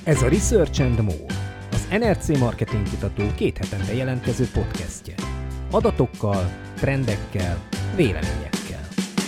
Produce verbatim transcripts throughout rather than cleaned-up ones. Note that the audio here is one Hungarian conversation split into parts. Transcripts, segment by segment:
Ez a Research and More, az en er cé Marketing Kutató két hetente jelentkező podcastje. Adatokkal, trendekkel, véleményekkel.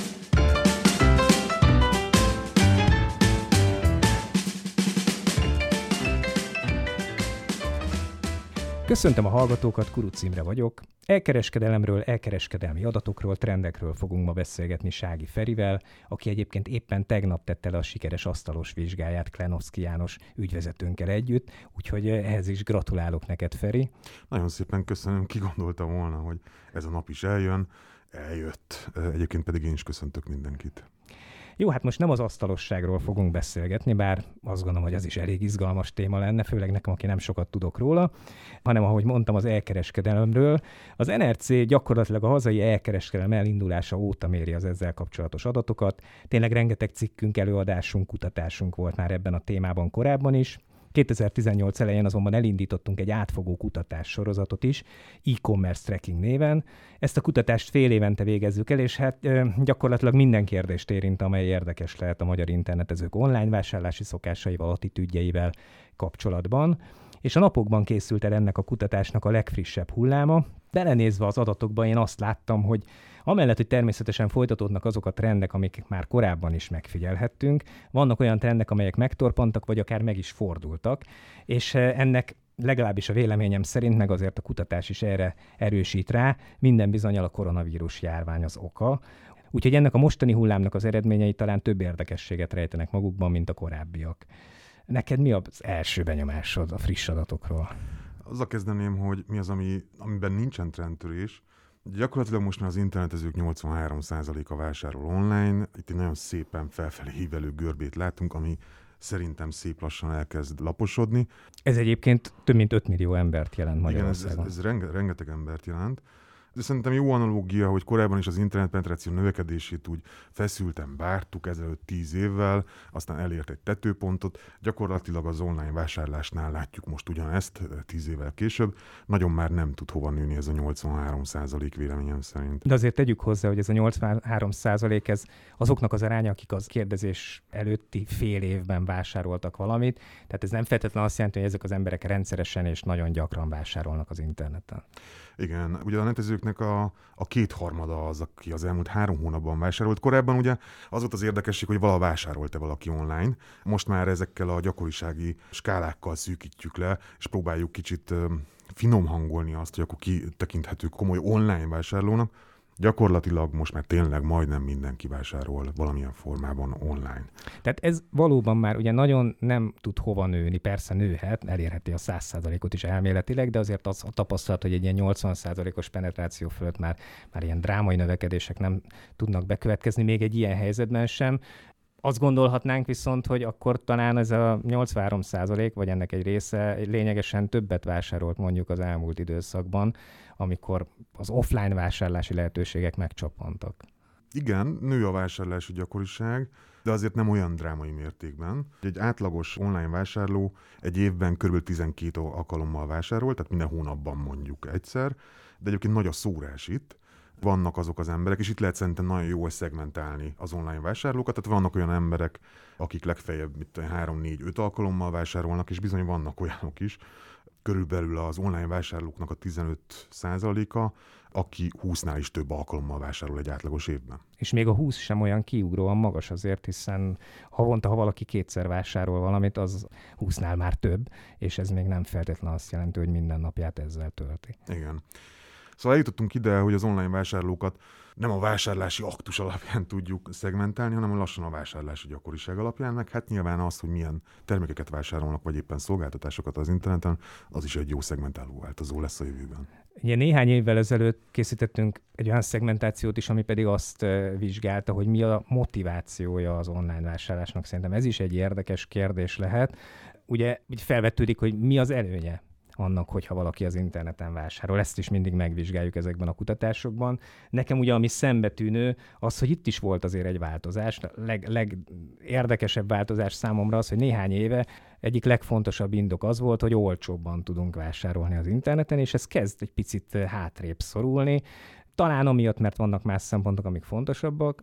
Köszöntöm a hallgatókat, Kuruc Imre vagyok. Elkereskedelemről, elkereskedelmi adatokról, trendekről fogunk ma beszélgetni Sági Ferivel, aki egyébként éppen tegnap tette le a sikeres asztalos vizsgáját Klenowski János ügyvezetőnkkel együtt, úgyhogy ehhez is gratulálok neked, Feri. Nagyon szépen köszönöm, ki gondolta volna, hogy ez a nap is eljön, eljött. Egyébként pedig én is köszöntök mindenkit. Jó, hát most nem az asztalosságról fogunk beszélgetni, bár azt gondolom, hogy az is elég izgalmas téma lenne, főleg nekem, aki nem sokat tudok róla, hanem ahogy mondtam, az elkereskedelemről. Az en er cé gyakorlatilag a hazai elkereskedelem elindulása óta méri az ezzel kapcsolatos adatokat. Tényleg rengeteg cikkünk, előadásunk, kutatásunk volt már ebben a témában korábban is. kétezer-tizennyolc elején azonban elindítottunk egy átfogó kutatás sorozatot is, e-commerce tracking néven. Ezt a kutatást fél évente végezzük el, és hát gyakorlatilag minden kérdést érint, amely érdekes lehet a magyar internetezők online vásárlási szokásaival, attitűdjeivel kapcsolatban. És a napokban készült el ennek a kutatásnak a legfrissebb hulláma. Belenézve az adatokba én azt láttam, hogy amellett, hogy természetesen folytatódnak azok a trendek, amik már korábban is megfigyelhettünk, vannak olyan trendek, amelyek megtorpantak, vagy akár meg is fordultak, és ennek legalábbis a véleményem szerint, meg azért a kutatás is erre erősít rá, minden bizonnyal a koronavírus járvány az oka. Úgyhogy ennek a mostani hullámnak az eredményei talán több érdekességet rejtenek magukban, mint a korábbiak. Neked mi az első benyomásod a friss adatokról? Azzal kezdeném, hogy mi az, ami, amiben nincsen trendtörés. Gyakorlatilag most már az internetezők nyolcvanhárom százaléka vásárol online. Itt egy nagyon szépen felfelé hívelő görbét látunk, ami szerintem szép lassan elkezd laposodni. Ez egyébként több mint öt millió embert jelent Magyarországon. Igen, ez, ez, ez renge, rengeteg embert jelent. De szerintem jó analógia, hogy korábban is az internetpenetráció növekedését úgy feszülten vártuk ezelőtt tíz évvel, aztán elért egy tetőpontot. Gyakorlatilag az online vásárlásnál látjuk most ugyanezt tíz évvel később. Nagyon már nem tud hova nőni ez a nyolcvanhárom százalék véleményem szerint. De azért tegyük hozzá, hogy ez a nyolcvanhárom százalék ez azoknak az aránya, akik az kérdezés előtti fél évben vásároltak valamit. Tehát ez nem feltétlenül azt jelenti, hogy ezek az emberek rendszeresen és nagyon gyakran vásárolnak az interneten. Igen, ugye a netezőknek a, a kétharmada az, aki az elmúlt három hónapban vásárolt. Korábban ugye az volt az érdekesség, hogy valaha vásárolt-e valaki online. Most már ezekkel a gyakorisági skálákkal szűkítjük le, és próbáljuk kicsit finom hangolni azt, hogy akkor ki tekinthető komoly online vásárlónak. Gyakorlatilag most már tényleg majdnem mindenki vásárol valamilyen formában online. Tehát ez valóban már ugye nagyon nem tud hova nőni, persze nőhet, elérheti a száz százalékot is elméletileg, de azért az a tapasztalat, hogy egy ilyen nyolcvan százalékos penetráció fölött már, már ilyen drámai növekedések nem tudnak bekövetkezni, még egy ilyen helyzetben sem. Azt gondolhatnánk viszont, hogy akkor talán ez a nyolcvanhárom százalék, vagy ennek egy része lényegesen többet vásárolt mondjuk az elmúlt időszakban, amikor az offline vásárlási lehetőségek megcsappantak. Igen, nő a vásárlási gyakoriság, de azért nem olyan drámai mértékben. Egy átlagos online vásárló egy évben kb. tizenkét alkalommal vásárol, tehát minden hónapban mondjuk egyszer, de egyébként nagy a szórás itt. Vannak azok az emberek, és itt lehet szerintem nagyon jól szegmentálni az online vásárlókat, tehát vannak olyan emberek, akik legfeljebb három négy öt alkalommal vásárolnak, és bizony vannak olyanok is, körülbelül az online vásárlóknak a tizenöt százaléka, aki húsznál is több alkalommal vásárol egy átlagos évben. És még a húsz sem olyan kiugróan magas azért, hiszen havonta, ha valaki kétszer vásárol valamit, az húsznál már több, és ez még nem feltétlenül azt jelenti, hogy minden napját ezzel tölti. Igen. Szóval eljutottunk ide, hogy az online vásárlókat nem a vásárlási aktus alapján tudjuk szegmentálni, hanem lassan a vásárlási gyakoriság alapján, meg hát nyilván az, hogy milyen termékeket vásárolnak, vagy éppen szolgáltatásokat az interneten, az is egy jó szegmentáló változó lesz a jövőben. Ugye néhány évvel ezelőtt készítettünk egy olyan szegmentációt is, ami pedig azt vizsgálta, hogy mi a motivációja az online vásárlásnak. Szerintem ez is egy érdekes kérdés lehet. Ugye felvetődik, hogy mi az előnye annak, hogyha valaki az interneten vásárol. Ezt is mindig megvizsgáljuk ezekben a kutatásokban. Nekem ugye ami szembetűnő az, hogy itt is volt azért egy változás. A leg, legérdekesebb változás számomra az, hogy néhány éve egyik legfontosabb indok az volt, hogy olcsóbban tudunk vásárolni az interneten, és ez kezd egy picit hátrébb szorulni. Talán amiatt, mert vannak más szempontok, amik fontosabbak, meg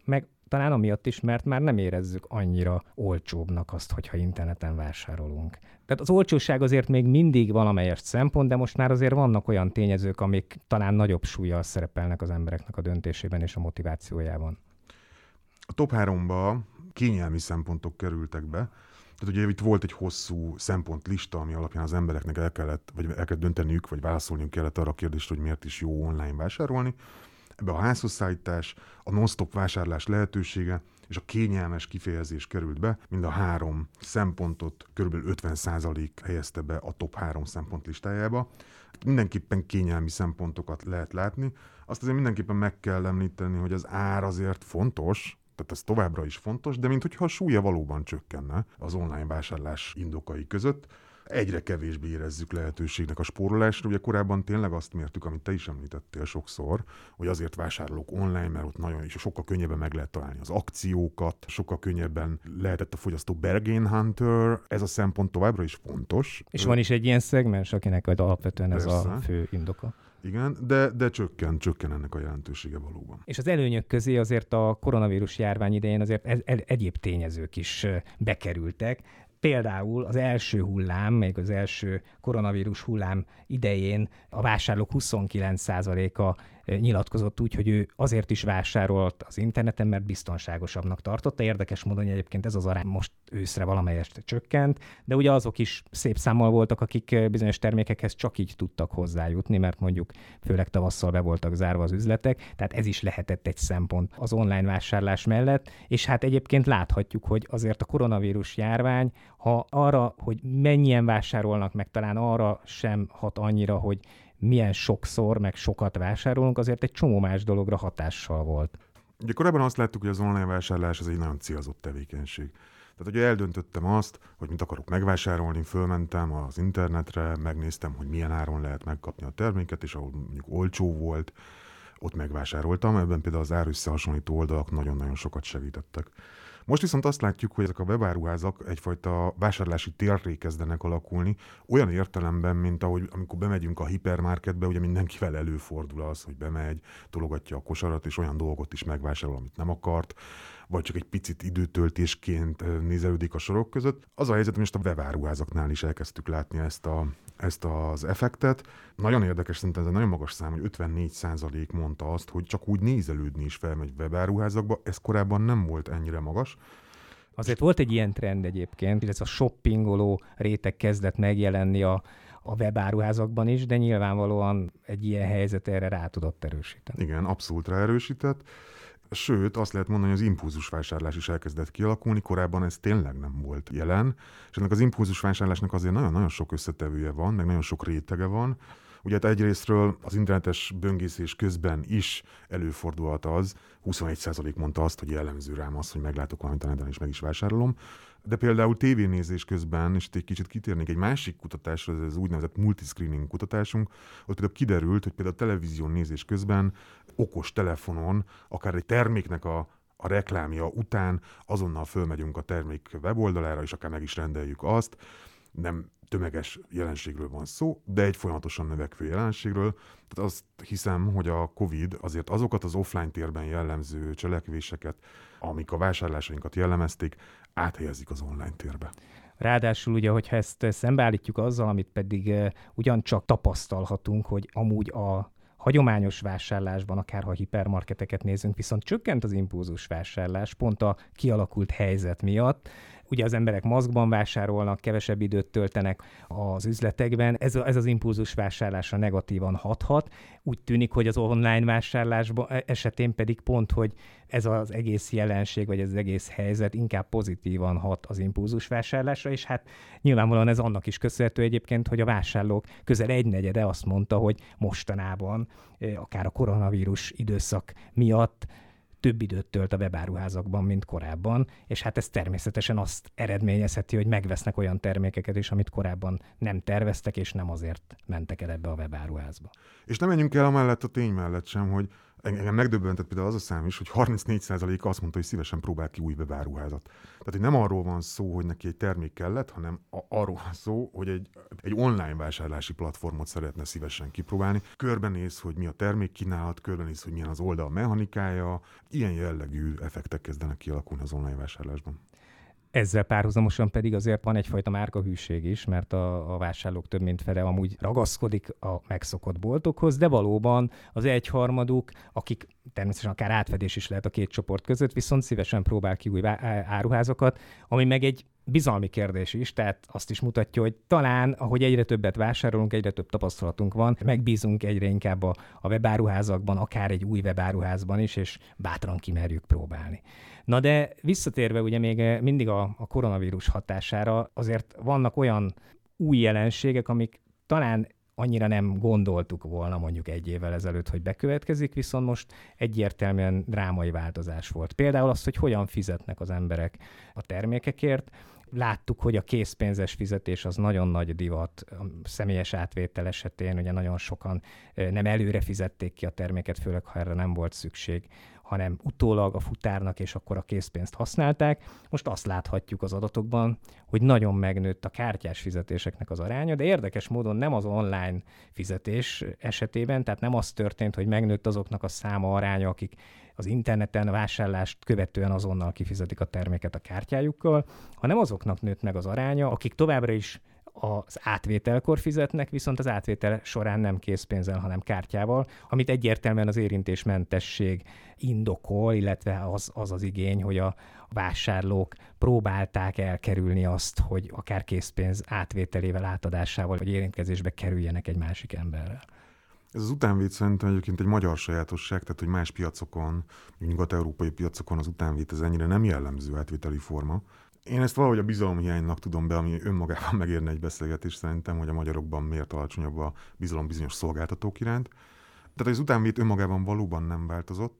talán amiatt is, mert már nem érezzük annyira olcsóbbnak azt, hogyha interneten vásárolunk. Tehát az olcsóság azért még mindig valamelyest szempont, de most már azért vannak olyan tényezők, amik talán nagyobb súllyal szerepelnek az embereknek a döntésében és a motivációjában. A top háromba kényelmi szempontok kerültek be. Tehát ugye itt volt egy hosszú szempontlista, ami alapján az embereknek el kellett, vagy el kellett dönteniük, vagy válaszolniuk kellett arra a kérdést, hogy miért is jó online vásárolni. Ebbe a házhozszállítás, a non-stop vásárlás lehetősége és a kényelmes kifejezés került be. Mind a három szempontot kb. ötven százalék helyezte be a top három szempont listájába. Mindenképpen kényelmi szempontokat lehet látni. Azt azért mindenképpen meg kell említeni, hogy az ár azért fontos, tehát ez továbbra is fontos, de minthogyha a súlya valóban csökkenne az online vásárlás indokai között, egyre kevésbé érezzük lehetőségnek a spórolásra. Ugye korábban tényleg azt mértük, amit te is említettél sokszor, hogy azért vásárolok online, mert ott nagyon is sokkal könnyebben meg lehet találni az akciókat, sokkal könnyebben lehetett a fogyasztó bargain hunter, ez a szempont továbbra is fontos. És van is egy ilyen szegmens, akinek alapvetően ez Persze. a fő indoka. Igen, de, de csökken, csökken ennek a jelentősége valóban. És az előnyök közé azért a koronavírus járvány idején azért e- e- egyéb tényezők is bekerültek. Például az első hullám, még az első koronavírus hullám idején a vásárlók huszonkilenc százaléka nyilatkozott úgy, hogy ő azért is vásárolt az interneten, mert biztonságosabbnak tartotta. Érdekes módon egyébként ez az arány most őszre valamelyest csökkent, de ugye azok is szép számmal voltak, akik bizonyos termékekhez csak így tudtak hozzájutni, mert mondjuk főleg tavasszal be voltak zárva az üzletek, tehát ez is lehetett egy szempont az online vásárlás mellett, és hát egyébként láthatjuk, hogy azért a koronavírus járvány, ha arra, hogy mennyien vásárolnak, meg talán arra sem hat annyira, hogy milyen sokszor, meg sokat vásárolunk, azért egy csomó más dologra hatással volt. Ugye korábban azt láttuk, hogy az online vásárlás ez egy nagyon célzott tevékenység. Tehát ugye eldöntöttem azt, hogy mit akarok megvásárolni, fölmentem az internetre, megnéztem, hogy milyen áron lehet megkapni a terméket, és ahol mondjuk olcsó volt, ott megvásároltam. Ebben például az árösszehasonlító oldalak nagyon-nagyon sokat segítettek. Most viszont azt látjuk, hogy ezek a webáruházak egyfajta vásárlási térré kezdenek alakulni, olyan értelemben, mint ahogy amikor bemegyünk a hipermarketbe, ugye mindenkivel előfordul az, hogy bemegy, tologatja a kosarat, és olyan dolgot is megvásárol, amit nem akart, vagy csak egy picit időtöltésként nézelődik a sorok között. Az a helyzet, hogy most a webáruházaknál is elkezdtük látni ezt, a, ezt az effektet. Nagyon érdekes, szerintem ez egy nagyon magas szám, hogy ötvennégy százalék mondta azt, hogy csak úgy nézelődni is felmegy webáruházakba. Ez korábban nem volt ennyire magas. Azért volt egy ilyen trend egyébként, hogy ez a shoppingoló réteg kezdett megjelenni a, a webáruházakban is, de nyilvánvalóan egy ilyen helyzet erre rá tudott erősíteni. Igen, abszolút ráerősített. Sőt, azt lehet mondani, hogy az impulzus vásárlás is elkezdett kialakulni, korábban ez tényleg nem volt jelen, és ennek az impulzus vásárlásnak azért nagyon-nagyon sok összetevője van, meg nagyon sok rétege van. Ugye hát egyrésztről az internetes böngészés közben is előfordulhat az, huszonegy százalék mondta azt, hogy jellemző rám az, hogy meglátok valamit a neten és meg is vásárolom, de például tévénézés közben, és egy kicsit kitérnék egy másik kutatásra, ez az úgynevezett multiscreening kutatásunk, ott például kiderült, hogy például a televízió nézés közben okos telefonon, akár egy terméknek a, a reklámja után azonnal fölmegyünk a termék weboldalára, és akár meg is rendeljük azt. Nem tömeges jelenségről van szó, de egy folyamatosan növekvő jelenségről. Tehát azt hiszem, hogy a Covid azért azokat az offline térben jellemző cselekvéseket, amik a vásárlásainkat jellemezték, áthelyezik az online térbe. Ráadásul ugye, hogyha ezt szembeállítjuk azzal, amit pedig ugyancsak tapasztalhatunk, hogy amúgy a hagyományos vásárlásban, akárha hipermarketeket nézünk, viszont csökkent az impulzus vásárlás pont a kialakult helyzet miatt. Ugye az emberek maszkban vásárolnak, kevesebb időt töltenek az üzletekben, ez, ez az impulzus vásárlásra negatívan hathat. Úgy tűnik, hogy az online vásárlás esetén pedig pont, hogy ez az egész jelenség, vagy ez az egész helyzet inkább pozitívan hat az impulzus vásárlásra, és hát nyilvánvalóan ez annak is köszönhető egyébként, hogy a vásárlók közel egynegyede azt mondta, hogy mostanában, akár a koronavírus időszak miatt több időt tölt a webáruházakban, mint korábban, és hát ez természetesen azt eredményezheti, hogy megvesznek olyan termékeket is, amit korábban nem terveztek, és nem azért mentek el ebbe a webáruházba. És nem menjünk el amellett a tény mellett sem, hogy Engem megdöbbentett például az a szám is, hogy harmincnégy százalék azt mondta, hogy szívesen próbál ki új webáruházat. Tehát, hogy nem arról van szó, hogy neki egy termék kellett, hanem a- arról van szó, hogy egy, egy online vásárlási platformot szeretne szívesen kipróbálni. Körbenéz, hogy mi a termék kínálat, körbenéz, hogy milyen az oldal mechanikája. Ilyen jellegű effektek kezdenek kialakulni az online vásárlásban. Ezzel párhuzamosan pedig azért van egyfajta márkahűség is, mert a, a vásárlók több mint fele amúgy ragaszkodik a megszokott boltokhoz, de valóban az egyharmaduk, akik természetesen akár átfedés is lehet a két csoport között, viszont szívesen próbál ki új áruházakat, ami meg egy bizalmi kérdés is, tehát azt is mutatja, hogy talán, ahogy egyre többet vásárolunk, egyre több tapasztalatunk van, megbízunk egyre inkább a, a webáruházakban, akár egy új webáruházban is, és bátran kimerjük próbálni. Na de visszatérve ugye még mindig a, a koronavírus hatására, azért vannak olyan új jelenségek, amik talán annyira nem gondoltuk volna mondjuk egy évvel ezelőtt, hogy bekövetkezik, viszont most egyértelműen drámai változás volt. Például az, hogy hogyan fizetnek az emberek a termékekért. Láttuk, hogy a készpénzes fizetés az nagyon nagy divat. A személyes átvétel esetén ugye nagyon sokan nem előre fizették ki a terméket, főleg ha erre nem volt szükség, hanem utólag a futárnak, és akkor a készpénzt használták. Most azt láthatjuk az adatokban, hogy nagyon megnőtt a kártyás fizetéseknek az aránya, de érdekes módon nem az online fizetés esetében, tehát nem az történt, hogy megnőtt azoknak a száma aránya, akik az interneten vásárlást követően azonnal kifizetik a terméket a kártyájukkal, hanem azoknak nőtt meg az aránya, akik továbbra is az átvételkor fizetnek, viszont az átvétel során nem készpénzzel, hanem kártyával, amit egyértelműen az érintésmentesség indokol, illetve az az, az igény, hogy a vásárlók próbálták elkerülni azt, hogy akár készpénz átvételével, átadásával, vagy érintkezésbe kerüljenek egy másik emberrel. Ez az utánvét szerintem egyébként egy magyar sajátosság, tehát hogy más piacokon, nyugat-európai piacokon az utánvét ez ennyire nem jellemző átvételi forma. Én ezt valahogy a bizalomhiánynak tudom be, ami önmagában megérne egy beszélgetést szerintem, hogy a magyarokban miért alacsonyabb a bizalom bizonyos szolgáltatók iránt. Tehát az utánvét önmagában valóban nem változott.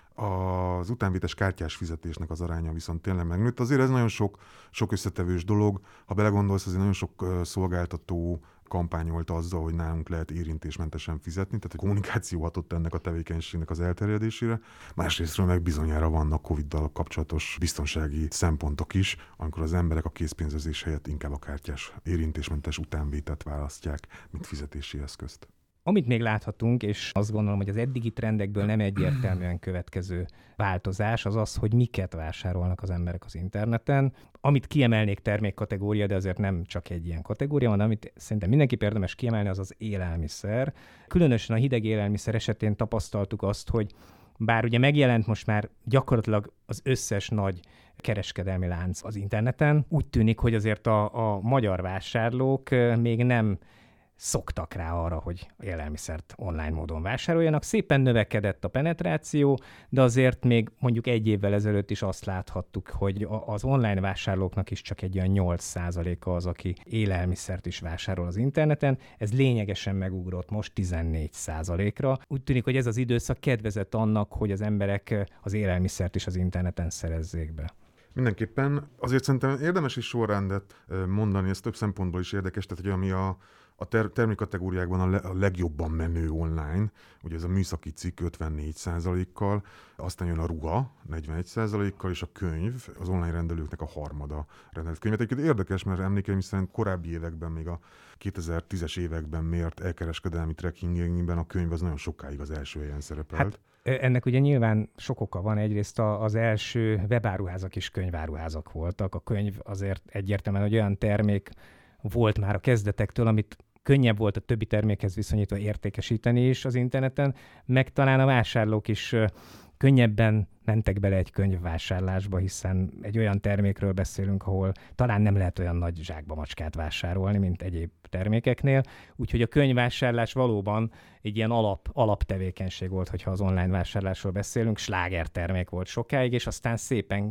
Az utánvétes kártyás fizetésnek az aránya viszont tényleg megnőtt. Azért ez nagyon sok, sok összetevős dolog. Ha belegondolsz, azért nagyon sok szolgáltató kampányolt azzal, hogy nálunk lehet érintésmentesen fizetni, tehát a kommunikáció hatott ennek a tevékenységnek az elterjedésére. Másrésztről meg bizonyára vannak Coviddal kapcsolatos biztonsági szempontok is, amikor az emberek a készpénzezés helyett inkább a kártyás érintésmentes utánvételt választják, mint fizetési eszközt. Amit még láthatunk, és azt gondolom, hogy az eddigi trendekből nem egyértelműen következő változás, az az, hogy miket vásárolnak az emberek az interneten. Amit kiemelnék termékkategória, de azért nem csak egy ilyen kategória van, amit szerintem mindenki érdemes kiemelni, az az élelmiszer. Különösen a hideg élelmiszer esetén tapasztaltuk azt, hogy bár ugye megjelent most már gyakorlatilag az összes nagy kereskedelmi lánc az interneten, úgy tűnik, hogy azért a, a magyar vásárlók még nem szoktak rá arra, hogy élelmiszert online módon vásároljanak. Szépen növekedett a penetráció, de azért még mondjuk egy évvel ezelőtt is azt láthattuk, hogy az online vásárlóknak is csak egy olyan nyolc százaléka az, aki élelmiszert is vásárol az interneten. Ez lényegesen megugrott most tizennégy százalékra. Úgy tűnik, hogy ez az időszak kedvezett annak, hogy az emberek az élelmiszert is az interneten szerezzék be. Mindenképpen azért szerintem érdemes is sorrendet mondani, ez több szempontból is érdekes, tehát hogy ami a A ter- termékkategóriákban a, le- a legjobban menő online, ugye ez a műszaki cikk ötvennégy százalékkal, aztán jön a ruha negyvenegy százalékkal, és a könyv, az online rendelőknek a harmada rendelt könyvet. Egyébként érdekes, mert emlékeim szerint korábbi években, még a kétezer-tízes években mért elkereskedelmi trackingben a könyv az nagyon sokáig az első helyen szerepelt. Hát ennek ugye nyilván sok oka van. Egyrészt az első webáruházak is könyváruházak voltak. A könyv azért egyértelműen hogy olyan termék volt már a kezdetektől, amit könnyebb volt a többi termékhez viszonyítva értékesíteni is az interneten, meg talán a vásárlók is könnyebben mentek bele egy könyvvásárlásba, hiszen egy olyan termékről beszélünk, ahol talán nem lehet olyan nagy zsákba macskát vásárolni, mint egyéb termékeknél. Úgyhogy a könyvvásárlás valóban egy ilyen alap, alaptevékenység volt, hogyha az online vásárlásról beszélünk, slágertermék volt sokáig, és aztán szépen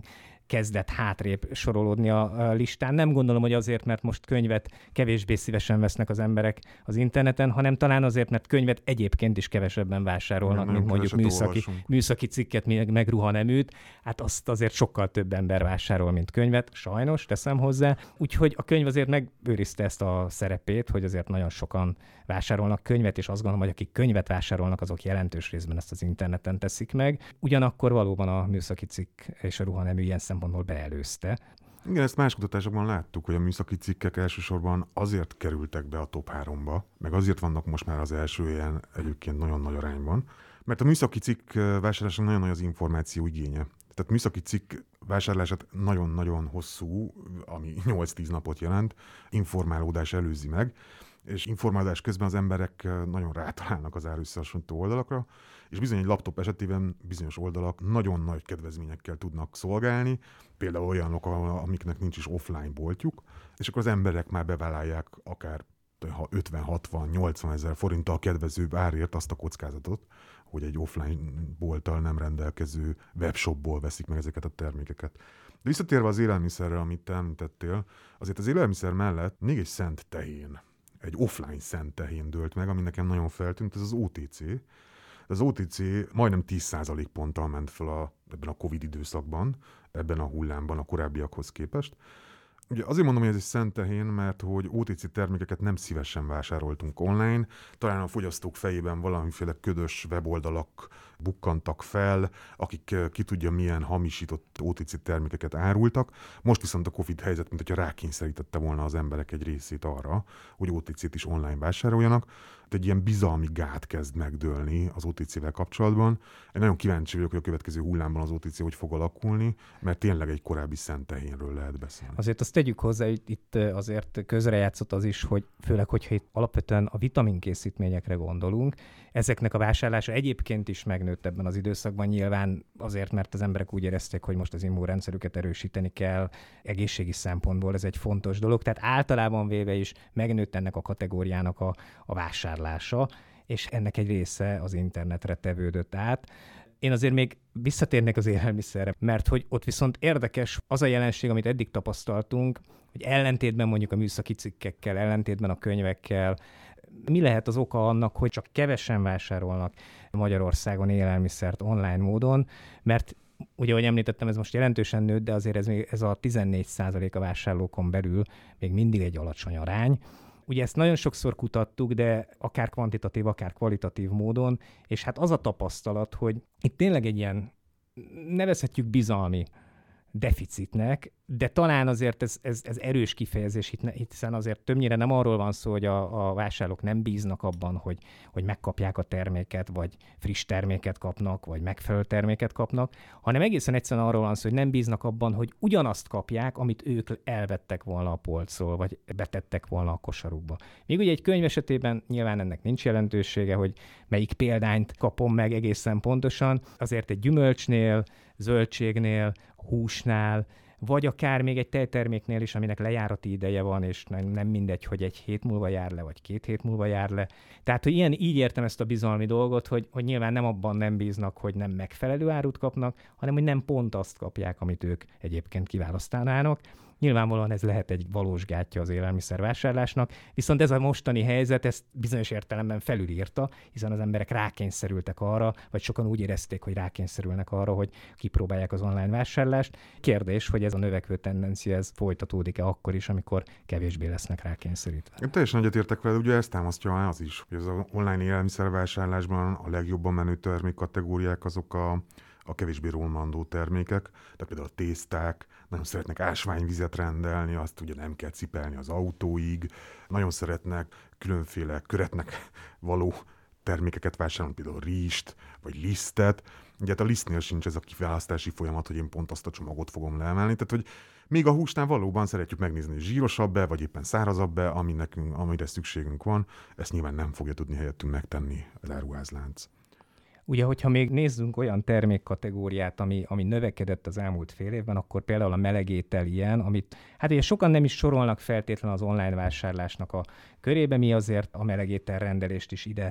kezdett hátrébb sorolódni a listán. Nem gondolom, hogy azért, mert most könyvet kevésbé szívesen vesznek az emberek az interneten, hanem talán azért, mert könyvet egyébként is kevesebben vásárolnak, mint mondjuk műszaki, műszaki cikket, meg ruhaneműt. Hát azt azért sokkal több ember vásárol, mint könyvet. Sajnos, teszem hozzá. Úgyhogy a könyv azért megőrizte ezt a szerepét, hogy azért nagyon sokan vásárolnak könyvet, és azt gondolom, hogy akik könyvet vásárolnak, azok jelentős részben ezt az interneten teszik meg. Ugyanakkor valóban a műszaki cikk és a ruhanemű ilyen szempontból beelőzte. Igen, ezt más kutatásokban láttuk, hogy a műszaki cikkek elsősorban azért kerültek be a top háromba, meg azért vannak most már az első ilyen egyébként nagyon nagy arányban, mert a műszaki cikk vásárlása nagyon nagy az információ igénye. Tehát műszaki cikk vásárlását nagyon-nagyon hosszú, ami nyolc-tíz napot jelent, informálódás előzi meg, és informálódás közben az emberek nagyon rátalálnak az árösszehasonlító oldalakra, és bizony egy laptop esetében bizonyos oldalak nagyon nagy kedvezményekkel tudnak szolgálni, például olyanok, amiknek nincs is offline boltjuk, és akkor az emberek már bevállalják akár ha ötven, hatvan, nyolcvan ezer forinttal kedvezőbb árért azt a kockázatot, hogy egy offline bolttal nem rendelkező webshopból veszik meg ezeket a termékeket. De visszatérve az élelmiszerre, amit te említettél, azért az élelmiszer mellett még egy szent tehén, egy offline szent tehén dőlt meg, ami nekem nagyon feltűnt, ez az o té cé. Az o té cé majdnem tíz százalék ponttal ment fel a, ebben a Covid időszakban, ebben a hullámban a korábbiakhoz képest. Ugye azért mondom, hogy ez egy szent tehén, mert hogy o té cé termékeket nem szívesen vásároltunk online, talán a fogyasztók fejében valamiféle ködös weboldalak bukkantak fel, akik ki tudja milyen hamisított o té cé termékeket árultak. Most viszont a Covid helyzet, mint hogyha rákényszerítette volna az emberek egy részét arra, hogy o té cét is online vásároljanak. Egy ilyen bizalmi gát kezd megdőlni az o té cével kapcsolatban. Én nagyon kíváncsi vagyok, hogy a következő hullámban az o té cé hogy fog alakulni, mert tényleg egy korábbi szent tehénről lehet beszélni. Azért azt tegyük hozzá, hogy itt azért közrejátszott az is, hogy főleg, hogyha itt alapvetően a vitaminkészítményekre gondolunk, ezeknek a vásárlása egyébként is megnőtt ebben az időszakban, nyilván azért, mert az emberek úgy érezték, hogy most az immunrendszerüket erősíteni kell, egészségi szempontból ez egy fontos dolog, tehát általában véve is megnőtt ennek a kategóriának a, a vásárlása, és ennek egy része az internetre tevődött át. Én azért még visszatérnék az élelmiszerre, mert hogy ott viszont érdekes az a jelenség, amit eddig tapasztaltunk, hogy ellentétben mondjuk a műszaki cikkekkel, ellentétben a könyvekkel, mi lehet az oka annak, hogy csak kevesen vásárolnak Magyarországon élelmiszert online módon, mert ugye, ahogy említettem, ez most jelentősen nőtt, de azért ez, még, ez a tizennégy százalék a vásárlókon belül még mindig egy alacsony arány. Ugye ezt nagyon sokszor kutattuk, de akár kvantitatív, akár kvalitatív módon, és hát az a tapasztalat, hogy itt tényleg egy ilyen, nevezhetjük bizalmi deficitnek, de talán azért ez, ez, ez erős kifejezés, hiszen azért többnyire nem arról van szó, hogy a, a vásárlók nem bíznak abban, hogy, hogy megkapják a terméket, vagy friss terméket kapnak, vagy megfelelő terméket kapnak, hanem egészen egyszerűen arról van szó, hogy nem bíznak abban, hogy ugyanazt kapják, amit ők elvettek volna a polcról, vagy betettek volna a kosarukba. Még ugye egy könyv esetében nyilván ennek nincs jelentősége, hogy melyik példányt kapom meg egészen pontosan, azért egy gyümölcsnél, zöldségnél, húsnál, vagy akár még egy tejterméknél is, aminek lejárati ideje van, és nem, nem mindegy, hogy egy hét múlva jár le, vagy két hét múlva jár le. Tehát, hogy ilyen, így értem ezt a bizalmi dolgot, hogy, hogy nyilván nem abban nem bíznak, hogy nem megfelelő árut kapnak, hanem hogy nem pont azt kapják, amit ők egyébként kiválasztanának. Nyilvánvalóan ez lehet egy valós gátja az élelmiszervásárlásnak, viszont ez a mostani helyzet ezt bizonyos értelemben felülírta, hiszen az emberek rákényszerültek arra, vagy sokan úgy érezték, hogy rákényszerülnek arra, hogy kipróbálják az online vásárlást. Kérdés, hogy ez a növekvő tendencia ez folytatódik-e akkor is, amikor kevésbé lesznek rákényszerítve. Én teljesen egyetértek vele, ugye ezt támasztja az is, hogy az online élelmiszervásárlásban a legjobban menő termékkategóriák azok a a kevésbé rollandó termékek, tehát például a tészták, nagyon szeretnek ásványvizet rendelni, azt ugye nem kell cipelni az autóig, nagyon szeretnek különféle köretnek való termékeket vásárolni, például rizst, vagy lisztet. Ugye hát a lisztnél sincs ez a kiválasztási folyamat, hogy én pont azt a csomagot fogom leemelni, tehát hogy még a húsnál valóban szeretjük megnézni, hogy zsírosabb-e, vagy éppen szárazabb-e, ami nekünk, amire szükségünk van, ezt nyilván nem fogja tudni helyettünk megtenni az áruházlánc. Ugye, hogyha még nézzünk olyan termékkategóriát, ami, ami növekedett az elmúlt fél évben, akkor például a melegétel ilyen, amit hát ugye sokan nem is sorolnak feltétlenül az online vásárlásnak a körébe, mi azért a melegétel rendelést is ide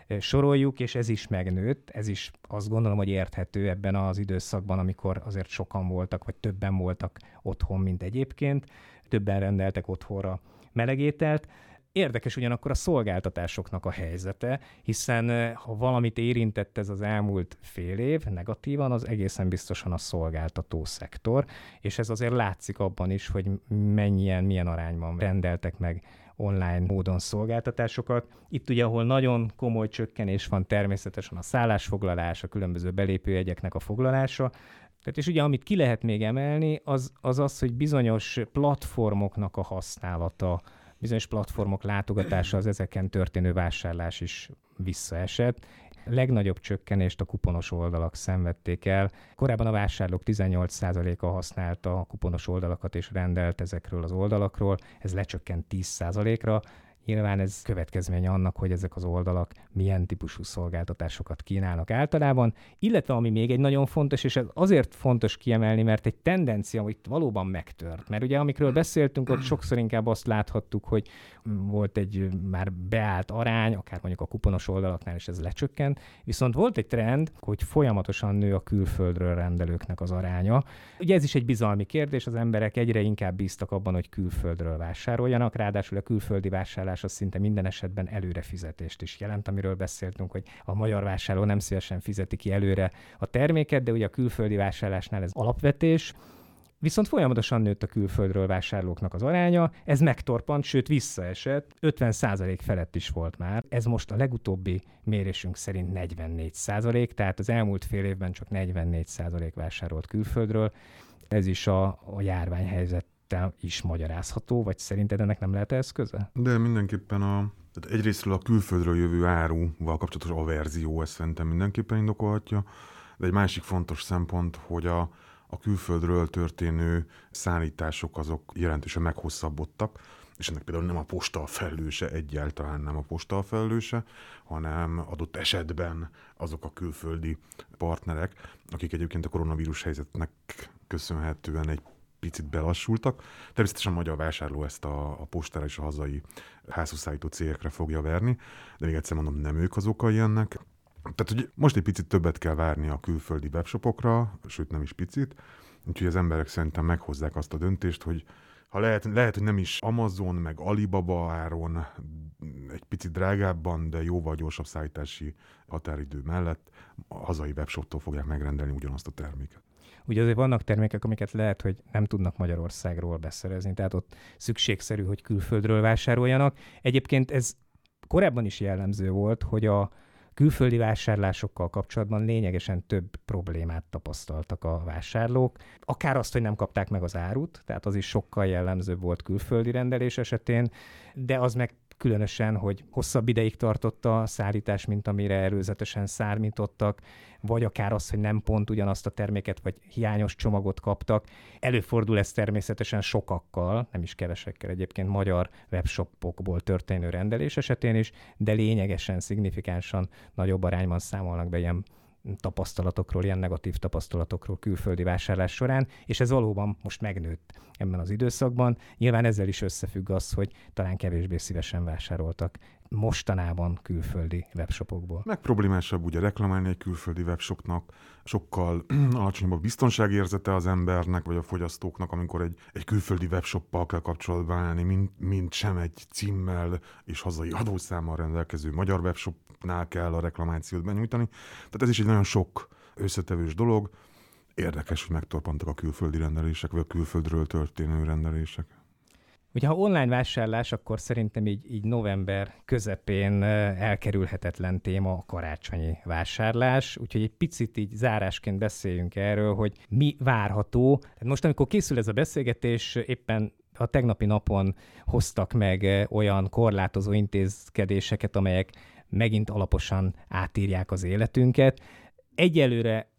soroljuk, és ez is megnőtt. Ez is azt gondolom, hogy érthető ebben az időszakban, amikor azért sokan voltak, vagy többen voltak otthon, mint egyébként. Többen rendeltek otthonra melegételt. Érdekes ugyanakkor a szolgáltatásoknak a helyzete, hiszen ha valamit érintett ez az elmúlt fél év negatívan, az egészen biztosan a szolgáltató szektor, és ez azért látszik abban is, hogy mennyien, milyen arányban rendeltek meg online módon szolgáltatásokat. Itt ugye, ahol nagyon komoly csökkenés van, természetesen a szállásfoglalás, a különböző belépőjegyeknek a foglalása. Tehát és ugye, amit ki lehet még emelni, az az, az hogy bizonyos platformoknak a használata, bizonyos platformok látogatása, az ezeken történő vásárlás is visszaesett. Legnagyobb csökkenést a kuponos oldalak szenvedték el. Korábban a vásárlók tizennyolc százaléka használta a kuponos oldalakat és rendelt ezekről az oldalakról, ez lecsökkent tíz százalékra. Nyilván ez következménye annak, hogy ezek az oldalak milyen típusú szolgáltatásokat kínálnak általában, illetve ami még egy nagyon fontos, és ez azért fontos kiemelni, mert egy tendencia, hogy itt valóban megtört. Mert ugye amikről beszéltünk, ott sokszor inkább azt láthattuk, hogy volt egy már beállt arány, akár mondjuk a kuponos oldalaknál is ez lecsökkent, viszont volt egy trend, hogy folyamatosan nő a külföldről rendelőknek az aránya. Ugye ez is egy bizalmi kérdés, az emberek egyre inkább bíztak abban, hogy külföldről vásároljanak, ráadásul a külföldi vásárlás az szinte minden esetben előrefizetést is jelent, amiről beszéltünk, hogy a magyar vásárló nem szívesen fizeti ki előre a terméket, de ugye a külföldi vásárlásnál ez alapvetés. Viszont folyamatosan nőtt a külföldről vásárlóknak az aránya, ez megtorpant, sőt visszaesett, ötven százalék felett is volt már. Ez most a legutóbbi mérésünk szerint negyvennégy százalék, tehát az elmúlt fél évben csak negyvennégy százalék vásárolt külföldről. Ez is a, a járványhelyzet is magyarázható, vagy szerinted ennek nem lehet ehhez köze? De mindenképpen a, tehát egyrésztről a külföldről jövő áruval kapcsolatos averzió, ezt szerintem mindenképpen indokolhatja, de egy másik fontos szempont, hogy a, a külföldről történő szállítások azok jelentősen meghosszabbodtak, és ennek például nem a posta a felelőse, egyáltalán nem a posta a felelőse, hanem adott esetben azok a külföldi partnerek, akik egyébként a koronavírus helyzetnek köszönhetően egy picit belassultak. Természetesen a magyar vásárló ezt a, a postára és a hazai házhozszállító cégekre fogja verni, de még egyszer mondom, nem ők az okai ennek. Tehát, hogy most egy picit többet kell várni a külföldi webshopokra, sőt nem is picit, úgyhogy az emberek szerintem meghozzák azt a döntést, hogy ha lehet, lehet, hogy nem is Amazon, meg Alibaba áron, egy picit drágábban, de jóval gyorsabb szállítási határidő mellett a hazai webshoptól fogják megrendelni ugyanazt a terméket. Ugye azért vannak termékek, amiket lehet, hogy nem tudnak Magyarországról beszerezni, tehát ott szükségszerű, hogy külföldről vásároljanak. Egyébként ez korábban is jellemző volt, hogy a külföldi vásárlásokkal kapcsolatban lényegesen több problémát tapasztaltak a vásárlók. Akár azt, hogy nem kapták meg az árut, tehát az is sokkal jellemzőbb volt külföldi rendelés esetén, de az meg különösen, hogy hosszabb ideig tartott a szállítás, mint amire előzetesen számítottak, vagy akár az, hogy nem pont ugyanazt a terméket, vagy hiányos csomagot kaptak. Előfordul ez természetesen sokakkal, nem is kevesekkel egyébként magyar webshopokból történő rendelés esetén is, de lényegesen, szignifikánsan nagyobb arányban számolnak be ilyen tapasztalatokról, ilyen negatív tapasztalatokról külföldi vásárlás során, és ez valóban most megnőtt ebben az időszakban. Nyilván ezzel is összefügg az, hogy talán kevésbé szívesen vásároltak mostanában külföldi webshopokból. Meg problémásabb ugye reklamálni egy külföldi webshopnak, sokkal alacsonyabb a biztonságérzete az embernek, vagy a fogyasztóknak, amikor egy, egy külföldi webshoppal kell kapcsolatban állni, mint, mint sem egy címmel és hazai adószámmal rendelkező magyar webshopnál kell a reklamációt benyújtani. Tehát ez is egy nagyon sok összetevős dolog. Érdekes, hogy megtorpantak a külföldi rendelések, vagy a külföldről történő rendelések. Ugye ha online vásárlás, akkor szerintem így, így november közepén elkerülhetetlen téma a karácsonyi vásárlás, úgyhogy egy picit így zárásként beszéljünk erről, hogy mi várható. Tehát most, amikor készül ez a beszélgetés, éppen a tegnapi napon hoztak meg olyan korlátozó intézkedéseket, amelyek megint alaposan átírják az életünket. Egyelőre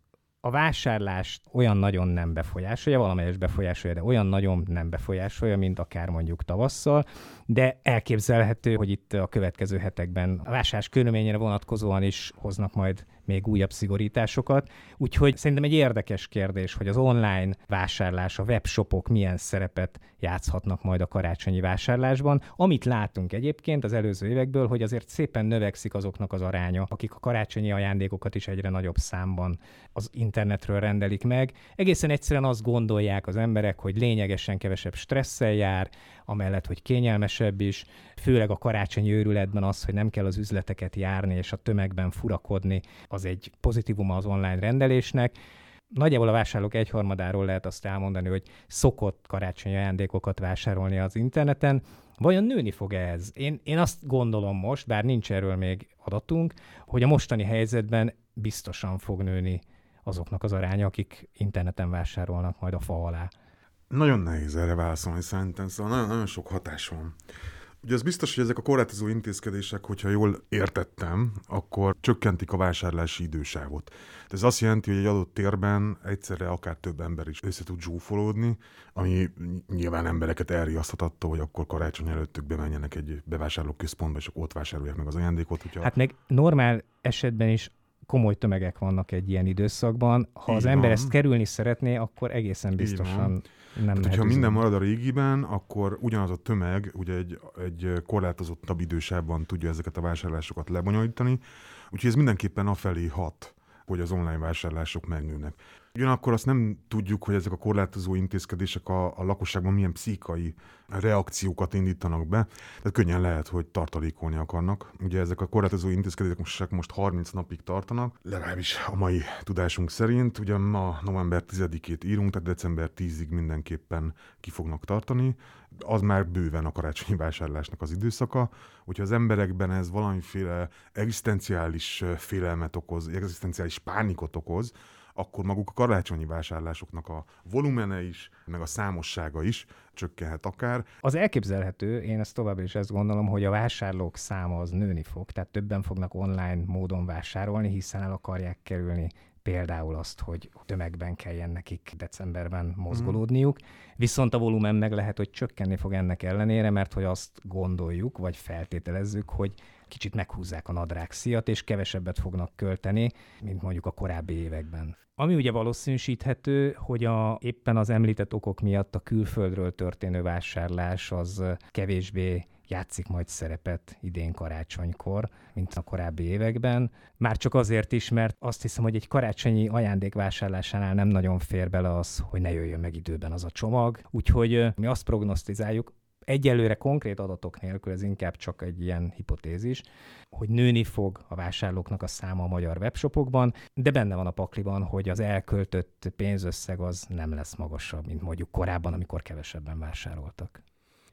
a vásárlást olyan nagyon nem befolyásolja, valamelyes befolyásolja, de olyan nagyon nem befolyásolja, mint akár mondjuk tavasszal, de elképzelhető, hogy itt a következő hetekben a vásárlás körülményére vonatkozóan is hoznak majd még újabb szigorításokat. Úgyhogy szerintem egy érdekes kérdés, hogy az online vásárlás, a webshopok milyen szerepet játszhatnak majd a karácsonyi vásárlásban. Amit látunk egyébként az előző évekből, hogy azért szépen növekszik azoknak az aránya, akik a karácsonyi ajándékokat is egyre nagyobb számban az internetről rendelik meg. Egészen egyszerűen azt gondolják az emberek, hogy lényegesen kevesebb stresszel jár, amellett, hogy kényelmesebb is, főleg a karácsonyi őrületben az, hogy nem kell az üzleteket járni és a tömegben furakodni, az egy pozitívuma az online rendelésnek. Nagyjából a vásárlók egyharmadáról lehet azt elmondani, hogy szokott karácsonyi ajándékokat vásárolni az interneten. Vajon nőni fog ez? Én, én azt gondolom most, bár nincs erről még adatunk, hogy a mostani helyzetben biztosan fog nőni azoknak az aránya, akik interneten vásárolnak majd a fa alá. Nagyon nehéz erre válaszolni szerintem, szóval nagyon, nagyon sok hatás van. Ugye az biztos, hogy ezek a korlátozó intézkedések, hogyha jól értettem, akkor csökkentik a vásárlási idősávot. Ez azt jelenti, hogy egy adott térben egyszerre akár több ember is össze tud zsúfolódni, ami nyilván embereket elriaszthat attól, hogy akkor karácsony előtt ők bemenjenek egy bevásárlóközpontba, és ott vásárolják meg az ajándékot. Hogyha... Hát meg normál esetben is komoly tömegek vannak egy ilyen időszakban. Ha az Így ember van. ezt kerülni szeretné, akkor egészen biztosan nem Tehát, lehet hogyha üzeni. minden marad a régiben, akkor ugyanaz a tömeg ugye egy, egy korlátozottabb idősávban tudja ezeket a vásárlásokat lebonyolítani, úgyhogy ez mindenképpen afelé hat, hogy az online vásárlások megnőnek. Ugyanakkor azt nem tudjuk, hogy ezek a korlátozó intézkedések a, a lakosságban milyen pszichai reakciókat indítanak be, tehát könnyen lehet, hogy tartalékolni akarnak. Ugye ezek a korlátozó intézkedések most harminc napig tartanak, legalábbis a mai tudásunk szerint. Ugye ma november tizedikét írunk, tehát december tízig mindenképpen ki fognak tartani. Az már bőven a karácsonyi vásárlásnak az időszaka, hogyha az emberekben ez valamiféle egzisztenciális félelmet okoz, egzisztenciális pánikot okoz, akkor maguk a karácsonyi vásárlásoknak a volumene is, meg a számossága is csökkenhet akár. Az elképzelhető, én ezt továbbra is ezt gondolom, hogy a vásárlók száma az nőni fog, tehát többen fognak online módon vásárolni, hiszen el akarják kerülni például azt, hogy tömegben kelljen nekik decemberben mozgolódniuk, viszont a volumen meg lehet, hogy csökkenni fog ennek ellenére, mert hogy azt gondoljuk, vagy feltételezzük, hogy kicsit meghúzzák a nadrágszíjat, és kevesebbet fognak költeni, mint mondjuk a korábbi években. Ami ugye valószínűsíthető, hogy a, éppen az említett okok miatt a külföldről történő vásárlás az kevésbé játszik majd szerepet idén karácsonykor, mint a korábbi években. Már csak azért is, mert azt hiszem, hogy egy karácsonyi ajándék vásárlásánál nem nagyon fér bele az, hogy ne jöjjön meg időben az a csomag. Úgyhogy mi azt prognosztizáljuk, egyelőre konkrét adatok nélkül, ez inkább csak egy ilyen hipotézis, hogy nőni fog a vásárlóknak a száma a magyar webshopokban, de benne van a pakliban, hogy az elköltött pénzösszeg az nem lesz magasabb, mint mondjuk korábban, amikor kevesebben vásároltak.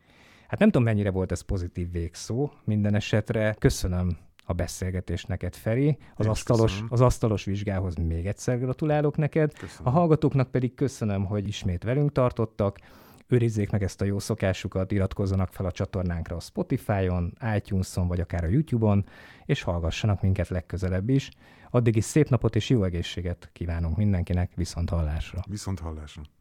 Hát nem tudom, mennyire volt ez pozitív végszó, minden esetre köszönöm a beszélgetést neked, Feri. Az asztalos, az asztalos vizsgához még egyszer gratulálok neked. Köszönöm. A hallgatóknak pedig köszönöm, hogy ismét velünk tartottak. Őrizzék meg ezt a jó szokásukat, iratkozzanak fel a csatornánkra a Spotify-on, iTunes-on vagy akár a YouTube-on, és hallgassanak minket legközelebb is. Addig is szép napot és jó egészséget kívánunk mindenkinek, viszont hallásra. Viszont hallásra.